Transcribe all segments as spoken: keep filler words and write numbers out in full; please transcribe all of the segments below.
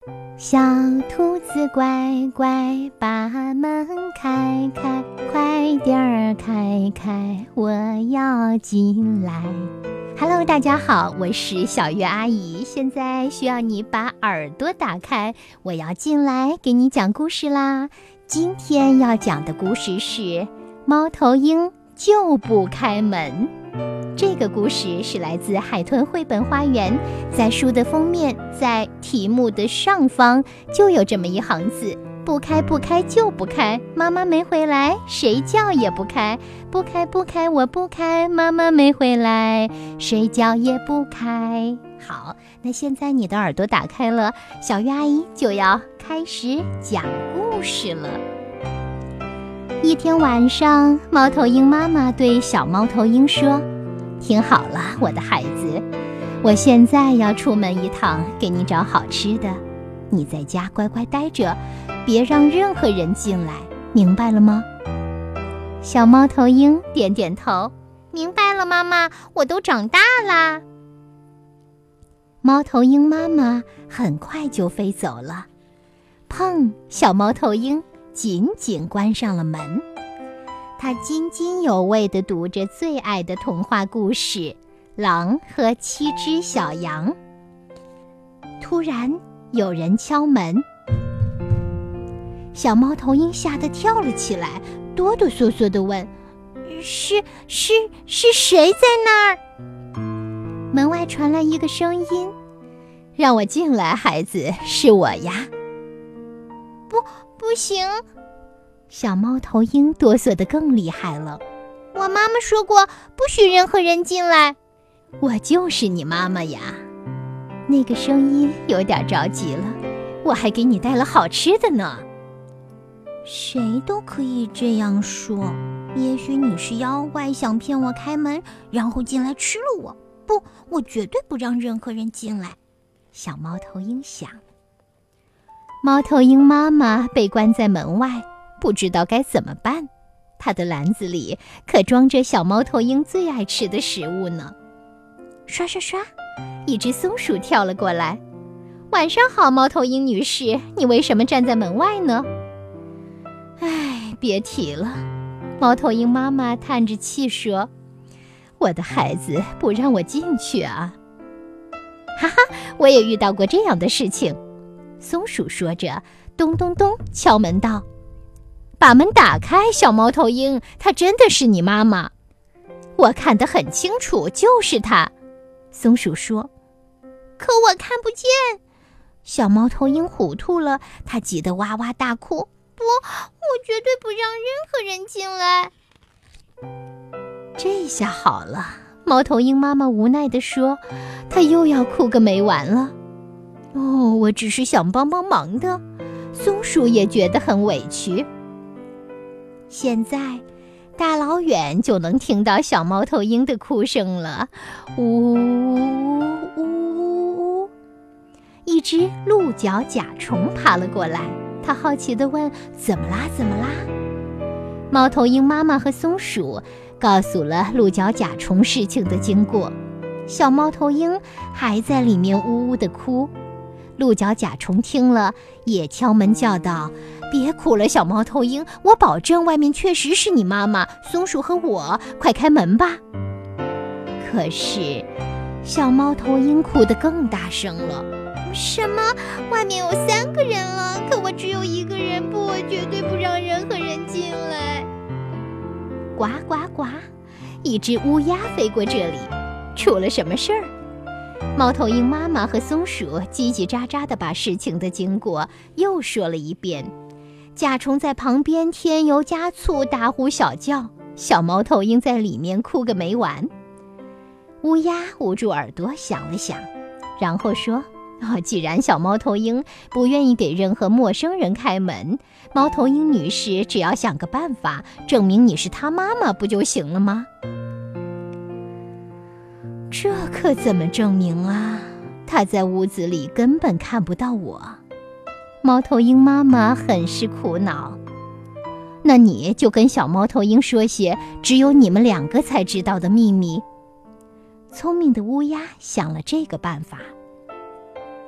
小兔子乖乖，把门开开，快点儿开开，我要进来。Hello， 大家好，我是小月阿姨，现在需要你把耳朵打开，我要进来给你讲故事啦。今天要讲的故事是猫头鹰就不开门。这个故事是来自海豚绘本花园，在书的封面，在题目的上方就有这么一行字：不开不开就不开，妈妈没回来，谁叫也不开。不开不开我不开，妈妈没回来，谁叫也不开。好，那现在你的耳朵打开了，小月阿姨就要开始讲故事了。一天晚上，猫头鹰妈妈对小猫头鹰说：听好了，我的孩子，我现在要出门一趟，给你找好吃的。你在家乖乖待着，别让任何人进来，明白了吗？小猫头鹰点点头，明白了，妈妈，我都长大啦。猫头鹰妈妈很快就飞走了，砰！小猫头鹰紧紧关上了门。他津津有味地读着最爱的童话故事《狼和七只小羊》。突然有人敲门，小猫头鹰吓得跳了起来，哆哆嗦嗦地问：是是是谁在那儿？门外传来一个声音：让我进来，孩子，是我呀。不不行，小猫头鹰哆嗦得更厉害了。我妈妈说过，不许任何人进来。我就是你妈妈呀。那个声音有点着急了，我还给你带了好吃的呢。谁都可以这样说，也许你是妖怪，想骗我开门，然后进来吃了我。不，我绝对不让任何人进来。小猫头鹰想。猫头鹰妈妈被关在门外，不知道该怎么办。她的篮子里可装着小猫头鹰最爱吃的食物呢。刷刷刷，一只松鼠跳了过来。晚上好，猫头鹰女士，你为什么站在门外呢？唉，别提了。猫头鹰妈妈叹着气说：我的孩子不让我进去啊。哈哈，我也遇到过这样的事情。松鼠说着，咚咚咚敲门道：把门打开，小猫头鹰，她真的是你妈妈。我看得很清楚，就是她。松鼠说。可我看不见。小猫头鹰糊涂了，它急得哇哇大哭。不，我绝对不让任何人进来。这下好了，猫头鹰妈妈无奈地说，她又要哭个没完了。哦，我只是想帮帮忙的。松鼠也觉得很委屈。现在大老远就能听到小猫头鹰的哭声了，呜呜呜呜！一只鹿角甲虫爬了过来，它好奇地问：怎么啦怎么啦？猫头鹰妈妈和松鼠告诉了鹿角甲虫事情的经过。小猫头鹰还在里面呜呜地哭。鹿角甲虫听了也敲门叫道：别哭了，小猫头鹰，我保证外面确实是你妈妈，松鼠和我，快开门吧。可是小猫头鹰哭得更大声了。什么？外面有三个人了，可我只有一个人，不，我绝对不让任何人进来。呱呱呱，一只乌鸦飞过这里，出了什么事儿？猫头鹰妈妈和松鼠叽叽喳喳地把事情的经过又说了一遍。甲虫在旁边添油加醋，大呼小叫，小猫头鹰在里面哭个没完。乌鸦捂住耳朵想了想，然后说：哦，既然小猫头鹰不愿意给任何陌生人开门，猫头鹰女士只要想个办法证明你是她妈妈不就行了吗？这可怎么证明啊？她在屋子里根本看不到我。猫头鹰妈妈很是苦恼。那你就跟小猫头鹰说些只有你们两个才知道的秘密。聪明的乌鸦想了这个办法。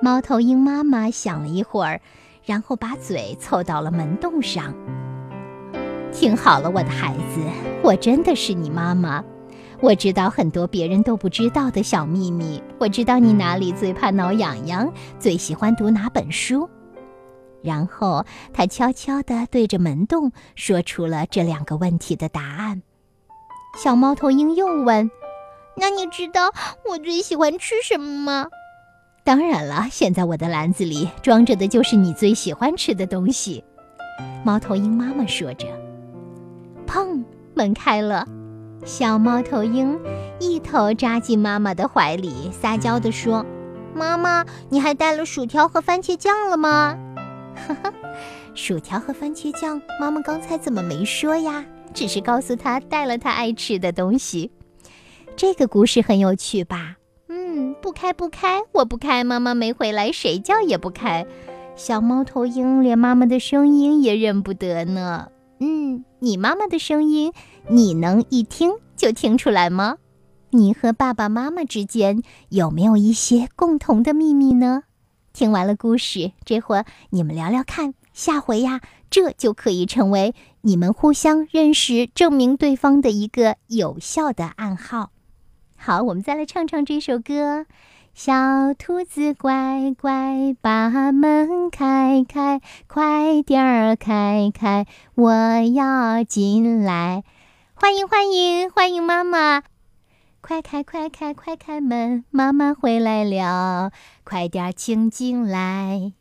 猫头鹰妈妈想了一会儿，然后把嘴凑到了门洞上。听好了，我的孩子，我真的是你妈妈。我知道很多别人都不知道的小秘密。我知道你哪里最怕挠痒痒，最喜欢读哪本书。然后他悄悄地对着门洞说出了这两个问题的答案。小猫头鹰又问：那你知道我最喜欢吃什么吗？当然了，现在我的篮子里装着的就是你最喜欢吃的东西。猫头鹰妈妈说着。砰！门开了，小猫头鹰一头扎进妈妈的怀里，撒娇地说：妈妈，你还带了薯条和番茄酱了吗？呵呵，薯条和番茄酱，妈妈刚才怎么没说呀？只是告诉她带了她爱吃的东西。这个故事很有趣吧？嗯，不开不开，我不开，妈妈没回来，谁叫也不开。小猫头鹰连妈妈的声音也认不得呢。嗯，你妈妈的声音，你能一听就听出来吗？你和爸爸妈妈之间有没有一些共同的秘密呢？听完了故事，这会儿你们聊聊看，下回呀，这就可以成为你们互相认识、证明对方的一个有效的暗号。好，我们再来唱唱这首歌。小兔子乖乖，把门开开，快点儿开开，我要进来。欢迎欢迎欢迎妈妈！快开快开快开门，妈妈回来了，快点请进来。